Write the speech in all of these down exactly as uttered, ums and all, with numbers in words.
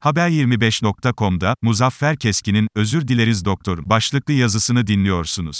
Haber yirmi beş nokta com'da, Muzaffer Keskin'in, "Özür dileriz doktor" başlıklı yazısını dinliyorsunuz.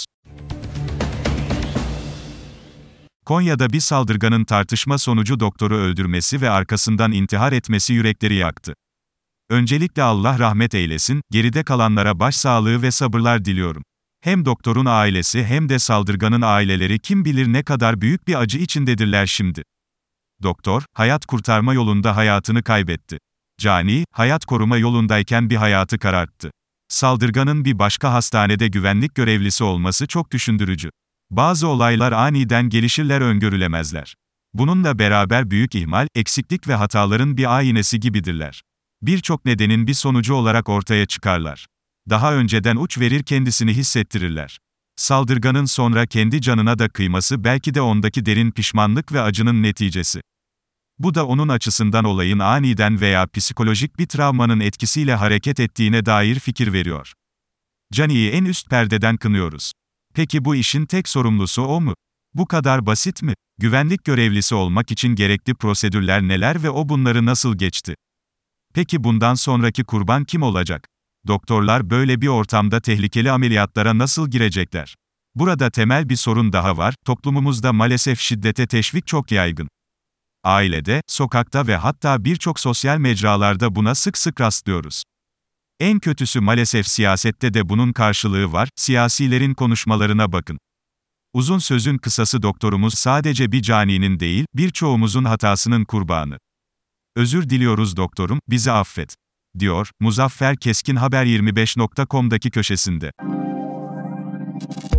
Konya'da bir saldırganın tartışma sonucu doktoru öldürmesi ve arkasından intihar etmesi yürekleri yaktı. Öncelikle Allah rahmet eylesin, geride kalanlara başsağlığı ve sabırlar diliyorum. Hem doktorun ailesi hem de saldırganın aileleri kim bilir ne kadar büyük bir acı içindedirler şimdi. Doktor, hayat kurtarma yolunda hayatını kaybetti. Cani, hayat koruma yolundayken bir hayatı kararttı. Saldırganın bir başka hastanede güvenlik görevlisi olması çok düşündürücü. Bazı olaylar aniden gelişirler, öngörülemezler. Bununla beraber büyük ihmal, eksiklik ve hataların bir aynesi gibidirler. Birçok nedenin bir sonucu olarak ortaya çıkarlar. Daha önceden uç verir, kendisini hissettirirler. Saldırganın sonra kendi canına da kıyması belki de ondaki derin pişmanlık ve acının neticesi. Bu da onun açısından olayın aniden veya psikolojik bir travmanın etkisiyle hareket ettiğine dair fikir veriyor. Cani'yi en üst perdeden kınıyoruz. Peki bu işin tek sorumlusu o mu? Bu kadar basit mi? Güvenlik görevlisi olmak için gerekli prosedürler neler ve o bunları nasıl geçti? Peki bundan sonraki kurban kim olacak? Doktorlar böyle bir ortamda tehlikeli ameliyatlara nasıl girecekler? Burada temel bir sorun daha var, toplumumuzda maalesef şiddete teşvik çok yaygın. Ailede, sokakta ve hatta birçok sosyal mecralarda buna sık sık rastlıyoruz. En kötüsü maalesef siyasette de bunun karşılığı var, siyasilerin konuşmalarına bakın. Uzun sözün kısası doktorumuz sadece bir caninin değil, birçoğumuzun hatasının kurbanı. "Özür diliyoruz doktorum, bizi affet," diyor, Muzaffer Keskin Haber yirmi beş nokta com'daki köşesinde.